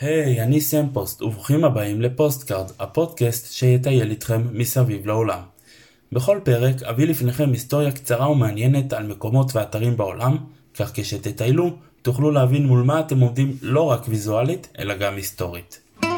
היי, אני סמפוסט, וברוכים הבאים לפוסטקארד, הפודקאסט שיטייל איתכם מסביב לעולם. בכל פרק אביא לפניכם היסטוריה קצרה ומעניינת על מקומות ואתרים בעולם, כך כשתטיילו תוכלו להבין מול מה אתם עומדים לא רק ויזואלית, אלא גם היסטורית.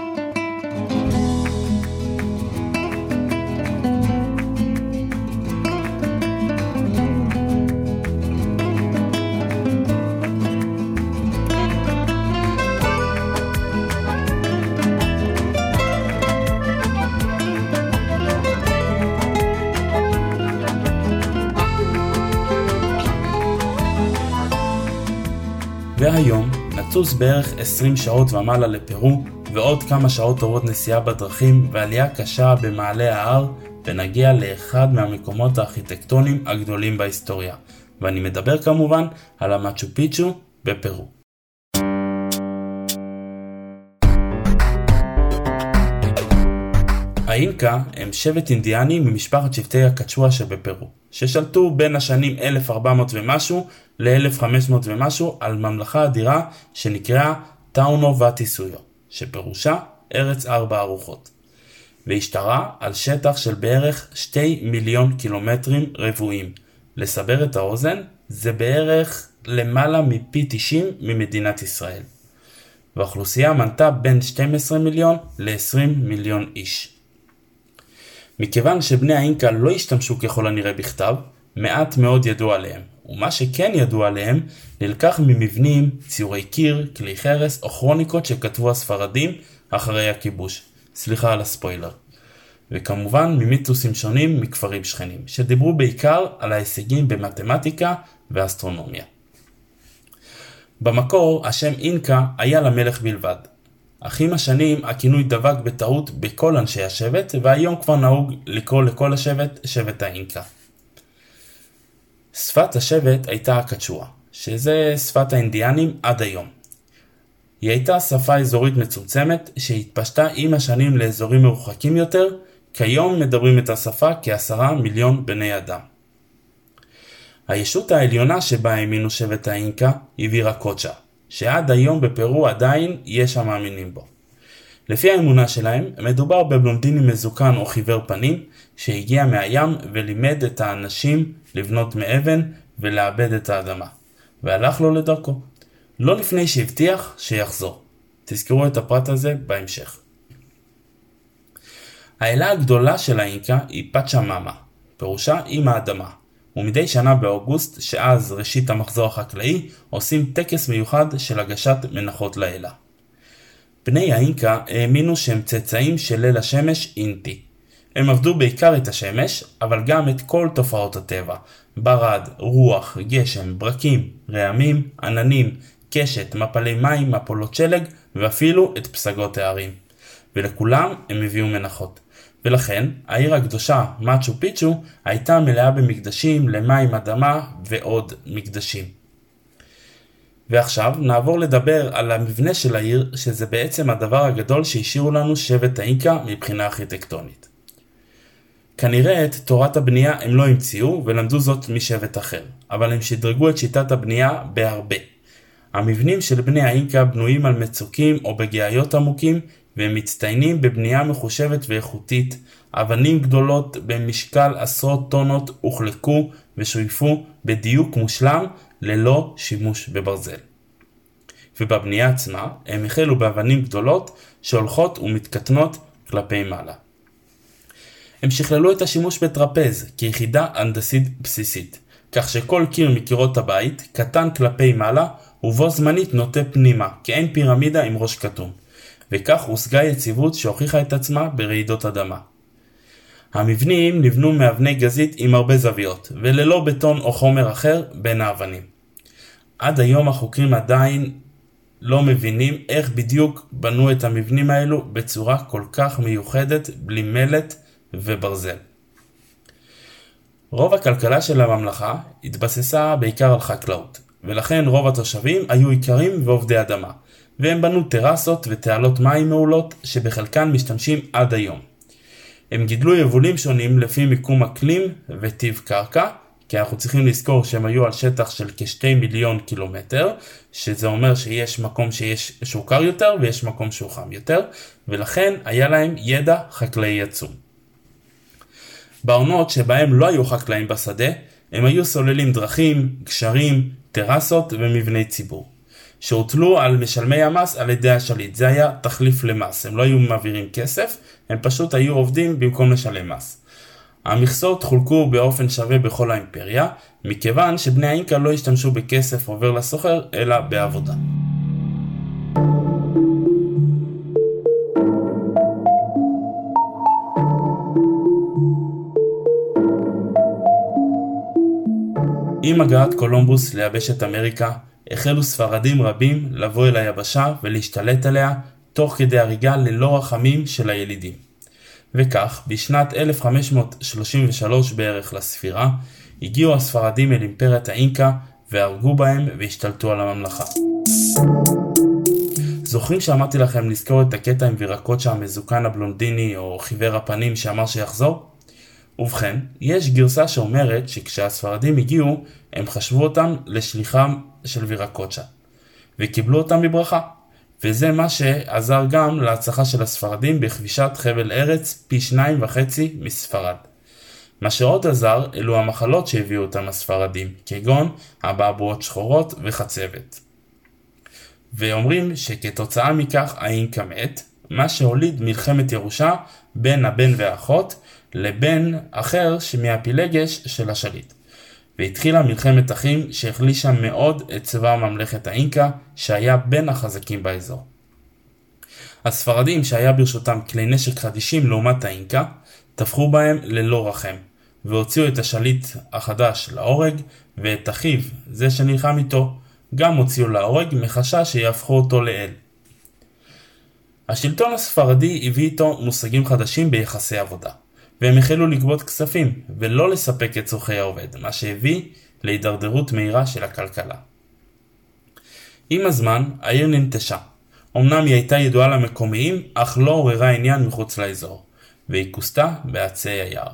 והיום נצוץ בערך 20 שעות ומעלה לפרו ועוד כמה שעות טובות נסיעה בדרכים ועלייה קשה במעלה ההר ונגיע לאחד מהמקומות הארכיטקטוניים הגדולים בהיסטוריה. ואני מדבר כמובן על המאצ'ו פיצ'ו בפרו. האינקה הם שבט אינדיאני ממשפחת שבטי הקצ'ואה שבפרו, ששלטו בין השנים 1400 ומשהו ל-1500 ומשהו על ממלכה אדירה שנקראה טאונו ואטיסויו, שפירושה ארץ 4 ארוחות, והשתרה על שטח של בערך 2 מיליון קילומטרים רבועים. לסבר את האוזן, זה בערך למעלה מפי 90 ממדינת ישראל. והאוכלוסייה מנתה בין 12 מיליון ל-20 מיליון איש. מכיוון שבני האינקה לא השתמשו ככל הנראה בכתב, מעט מאוד ידוע עליהם, ומה שכן ידוע עליהם נלקח ממבנים, ציורי קיר, כלי חרס או כרוניקות שכתבו הספרדים אחרי הכיבוש. סליחה על הספוילר. וכמובן ממיתוסים שונים מכפרים שכנים, שדיברו בעיקר על ההישגים במתמטיקה ואסטרונומיה. במקור השם אינקה היה למלך בלבד. אך עם השנים הכינוי דבק בטעות בכל אנשי השבט, והיום כבר נהוג לקרוא לכל השבט שבט האינקה. שפת השבט הייתה הקצ'ואה, שזה שפת האינדיאנים עד היום. היא הייתה שפה אזורית מצומצמת שהתפשטה עם השנים לאזורים מרוחקים יותר, כיום מדברים את השפה כ10 מיליון בני אדם. הישות העליונה שבה האמינו שבט האינקה היא וירקוצ'ה, שעד היום בפרו עדיין יש המאמינים בו. לפי האמונה שלהם, מדובר בבלונדיני מזוקן או חיוור פנים, שהגיע מהים ולימד את האנשים לבנות מאבן ולאבד את האדמה, והלך לו לדרכו, לא לפני שהבטיח שיחזור. תזכרו את הפרט הזה בהמשך. האלה הגדולה של האינקה היא פאצ'מאמה, פירושה עם האדמה. ומדי שנה באוגוסט, שאז ראשית המחזור החקלאי, עושים טקס מיוחד של הגשת מנחות לאלה. בני האינקה האמינו שהם צאצאים של ליל השמש אינטי. הם עבדו בעיקר את השמש, אבל גם את כל תופעות הטבע, ברד, רוח, גשם, ברקים, רעמים, עננים, קשת, מפלי מים, מפולות שלג, ואפילו את פסגות הערים. ולכולם הם הביאו מנחות. ולכן, העיר הקדושה, מאצ'ו פיצ'ו, הייתה מלאה במקדשים, למים, אדמה ועוד מקדשים. ועכשיו נעבור לדבר על המבנה של העיר, שזה בעצם הדבר הגדול שהשאירו לנו שבט האינקה מבחינה ארכיטקטונית. כנראה את תורת הבנייה הם לא המציאו ולמדו זאת משבט אחר, אבל הם שדרגו את שיטת הבנייה בהרבה. המבנים של בני האינקה בנויים על מצוקים או בגאיות עמוקים, והם מצטיינים בבנייה מחושבת ואיכותית. אבנים גדולות במשקל עשרות טונות הוחלקו ושויפו בדיוק מושלם ללא שימוש בברזל. ובבנייה עצמה הם החלו באבנים גדולות שהולכות ומתקטנות כלפי מעלה. הם שכללו את השימוש בטרפז כיחידה הנדסית בסיסית, כך שכל קיר מקירות הבית קטן כלפי מעלה ובו זמנית נוטה פנימה, כאין פירמידה עם ראש כתום. וכך הושגה יציבות שהוכיחה את עצמה ברעידות אדמה. המבנים נבנו מאבני גזית עם הרבה זוויות, וללא בטון או חומר אחר בין האבנים. עד היום החוקרים עדיין לא מבינים איך בדיוק בנו את המבנים האלו בצורה כל כך מיוחדת בלי מלט וברזל. רוב הכלכלה של הממלכה התבססה בעיקר על חקלאות, ולכן רוב התושבים היו עיקרים ועובדי אדמה. והם בנו טרסות ותעלות מים מעולות שבחלקן משתמשים עד היום. הם גידלו יבולים שונים לפי מיקום אקלים וטיב קרקע, כי אנחנו צריכים לזכור שהם היו על שטח של כ2 מיליון קילומטר, שזה אומר שיש מקום שהוא קר יותר ויש מקום שהוא חם יותר, ולכן היה להם ידע חקלאי עצום. בעונות שבהם לא היו חקלאים בשדה, הם היו סוללים דרכים, גשרים, טרסות ומבני ציבור, שהוטלו על משלמי המס על ידי השליט. זה היה תחליף למס, הם לא היו מעבירים כסף, הם פשוט היו עובדים במקום לשלם מס. המכסות חולקו באופן שווה בכל האימפריה, מכיוון שבני האינקה לא השתמשו בכסף עובר לסוחר, אלא בעבודה. עם הגעת קולומבוס ליבשת אמריקה, החלו ספרדים רבים לבוא אל היבשה ולהשתלט עליה, תוך כדי הריגה ללא רחמים של הילידים. וכך, בשנת 1533 בערך לספירה, הגיעו הספרדים אל אימפריית האינקה והרגו בהם והשתלטו על הממלכה. זוכרים שאמרתי לכם לזכור את הקטע עם וירקוצ'ה המזוקן הבלונדיני או חיוור הפנים שאמר שיחזור? ובכן, יש גרסה שאומרת שכשהספרדים הגיעו, הם חשבו אותם לשליחם של וירקוצ'ה, וקיבלו אותם בברכה. וזה מה שעזר גם להצלחה של הספרדים בכבישת חבל ארץ פי 2.5 מספרד. מה שעוד עזר אלו המחלות שהביאו אותם הספרדים, כגון אבעבועות שחורות וחצבת. ואומרים שכתוצאה מכך האינקה מת, מה שהוליד מלחמת ירושה בין הבן והאחות לבן אחר מהפילגש של השליט. והתחילה מלחמת אחים שהחלישה מאוד את צבא ממלכת האינקה, שהיה בין החזקים באזור. הספרדים שהיה ברשותם כלי נשק חדישים לעומת האינקה, טבחו בהם ללא רחם, והוציאו את השליט החדש להורג, ואת אחיו, זה שנלחם איתו, גם הוציאו להורג מחשש שיהפכו אותו לאל. השלטון הספרדי הביא איתו מושגים חדשים ביחסי עבודה, והם החלו לגבות כספים ולא לספק את צורכי העובד, מה שהביא להידרדרות מהירה של הכלכלה. עם הזמן העיר ננטשה. אמנם היא הייתה ידועה למקומיים, אך לא עוררה עניין מחוץ לאזור, והיא כוסתה בעצי היער.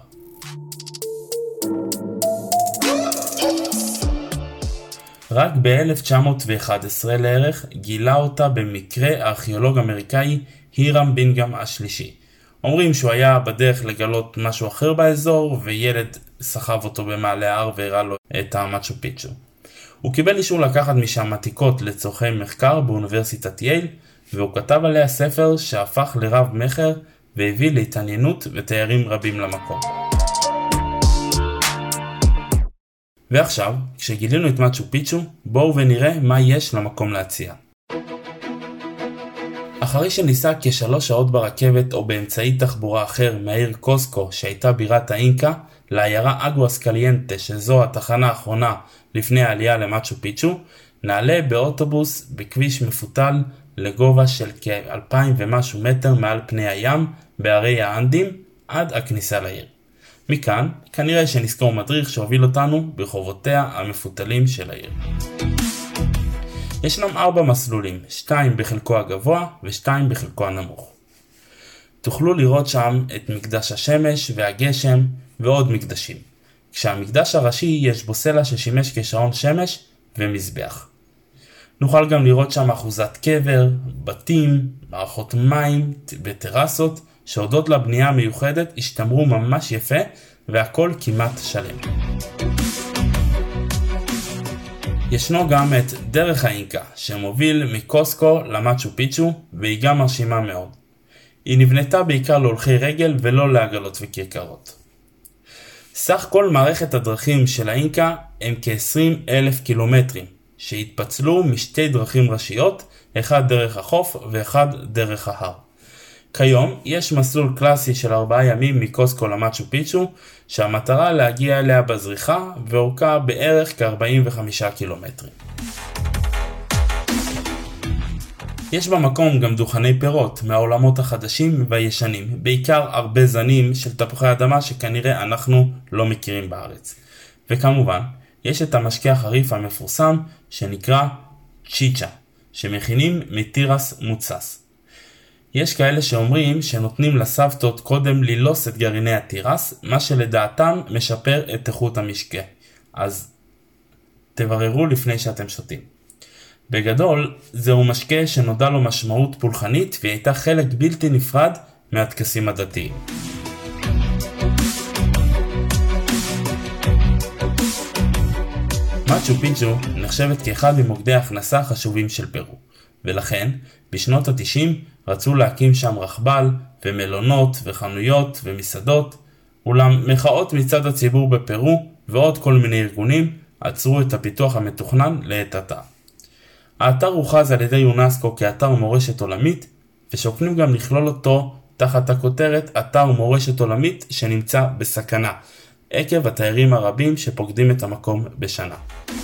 רק ב-1911 לערך גילה אותה במקרה הארכיאולוג אמריקאי הירם בינגהם השלישי. אומרים שהוא היה בדרך לגלות משהו אחר באזור, וילד סחב אותו במעלה ההר והראה לו את המאצ'ו פיצ'ו. הוא קיבל אישור לקחת משם עתיקות לצורכי מחקר באוניברסיטת יייל, והוא כתב עליה ספר שהפך לרב מחר והביא להתעניינות ותיירים רבים למקום. ועכשיו, כשגילינו את מאצ'ו פיצ'ו, בואו ונראה מה יש למקום להציע. אחרי שניסה כ3 שעות ברכבת או באמצעי תחבורה אחר מהעיר קוסקו שהייתה בירת האינקה לעיירה אגואס קליינטה שזו התחנה האחרונה לפני העלייה למאצ'ו פיצ'ו, נעלה באוטובוס בכביש מפותל לגובה של כ2,000 ומשהו מטר מעל פני הים בערי האנדים עד הכניסה לעיר. מכאן כנראה שנזכור מדריך שהוביל אותנו ברחובותיה המפותלים של העיר. ישנם 4 מסלולים, 2 בחלקו הגבוה ו2 בחלקו הנמוך. תוכלו לראות שם את מקדש השמש והגשם ועוד מקדשים. כשהמקדש הראשי יש בו סלע ששימש כשעון שמש ומזבח. נוכל גם לראות שם אחוזת קבר, בתים, מערכות מים וטרסות שהודות לבנייה המיוחדת השתמרו ממש יפה והכל כמעט שלם. ישנו גם את דרך האינקה שמוביל מקוסקו למאצ'ו פיצ'ו והיא גם מרשימה מאוד. היא נבנתה בעיקר להולכי רגל ולא לעגלות וכרכרות. סך כל מערכת הדרכים של האינקה הם כ-20,000 קילומטרים שהתפצלו משתי דרכים ראשיות, אחד דרך החוף ואחד דרך ההר. כיום יש מסלול קלאסי של 4 ימים מקוסקו למאצ'ו פיצ'ו שהמטרה להגיע אליה בזריחה ואורכה בערך כ-45 קילומטרים. יש במקום גם דוכני פירות מהעולמות החדשים והישנים, בעיקר הרבה זנים של תפוחי אדמה שכנראה אנחנו לא מכירים בארץ. וכמובן, יש את המשקה החריף המפורסם שנקרא צ'יצ'ה, שמכינים מתירס מוצס. יש כאלה שאומרים שנותנים לסבתות קודם ללוס את גרעיני התירס, מה שלדעתם משפר את איכות המשקה. אז תבררו לפני שאתם שותים. בגדול, זהו משקה שנודע לו משמעות פולחנית והיא הייתה חלק בלתי נפרד מהטקסים הדתיים. מאצ'ו פיצ'ו נחשבת כאחד ממוקדי ההכנסה החשובים של פרו, ולכן בשנות ה-90 רצו להקים שם רכבל ומלונות וחנויות ומסעדות, אולם מחאות מצד הציבור בפרו ועוד כל מיני ארגונים עצרו את הפיתוח המתוכנן לעת עתה. האתר הוכרז על ידי יונסקו כאתר מורשת עולמית, ושוקלים גם לכלול אותו תחת הכותרת אתר מורשת עולמית שנמצא בסכנה, עקב התיירים הרבים שפוקדים את המקום בשנה.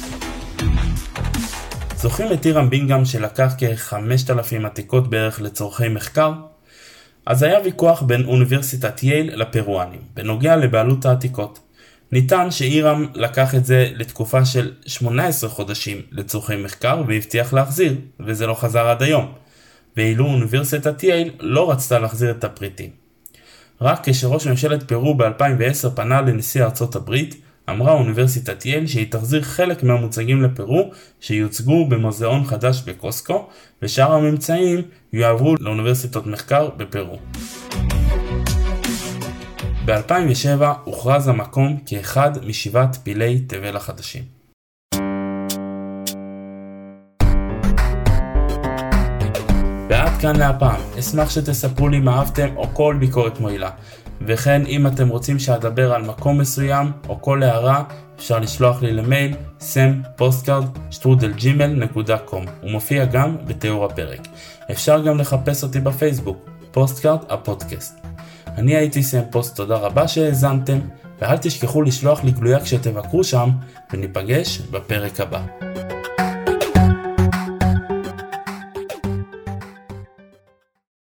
זוכרים את אירם בינגהם שלקח כ-5,000 עתיקות בערך לצורכי מחקר? אז היה ויכוח בין אוניברסיטת יייל לפרואנים, בנוגע לבעלות העתיקות. ניתן שאירם לקח את זה לתקופה של 18 חודשים לצורכי מחקר והבטיח להחזיר, וזה לא חזר עד היום. ואילו אוניברסיטת יייל לא רצתה להחזיר את הפריטים. רק כשראש ממשלת פרו ב-2010 פנה לנשיא ארצות הברית, אמרה אוניברסיטת יייל שהיא תחזיר חלק מהמוצגים לפרו שיוצגו במוזיאון חדש בקוסקו, ושאר הממצאים יועברו לאוניברסיטות מחקר בפרו. ב-2007 הוכרז המקום כאחד משבעת פילי תבל החדשים. ועד כאן להפעם, אשמח שתספרו לי מה אהבתם או כל ביקורת מועילה. וכן אם אתם רוצים שאדבר על מקום מסוים או כל הערה, אפשר לשלוח לי למייל sam.postcard@gmail.com. הוא מופיע גם בתיאור הפרק. אפשר גם לחפש אותי בפייסבוק, פוסטקארד הפודקאסט. אני הייתי סם פוסט, תודה רבה שהאזנתם, ואל תשכחו לשלוח לי גלויה כשתבקרו שם, וניפגש בפרק הבא.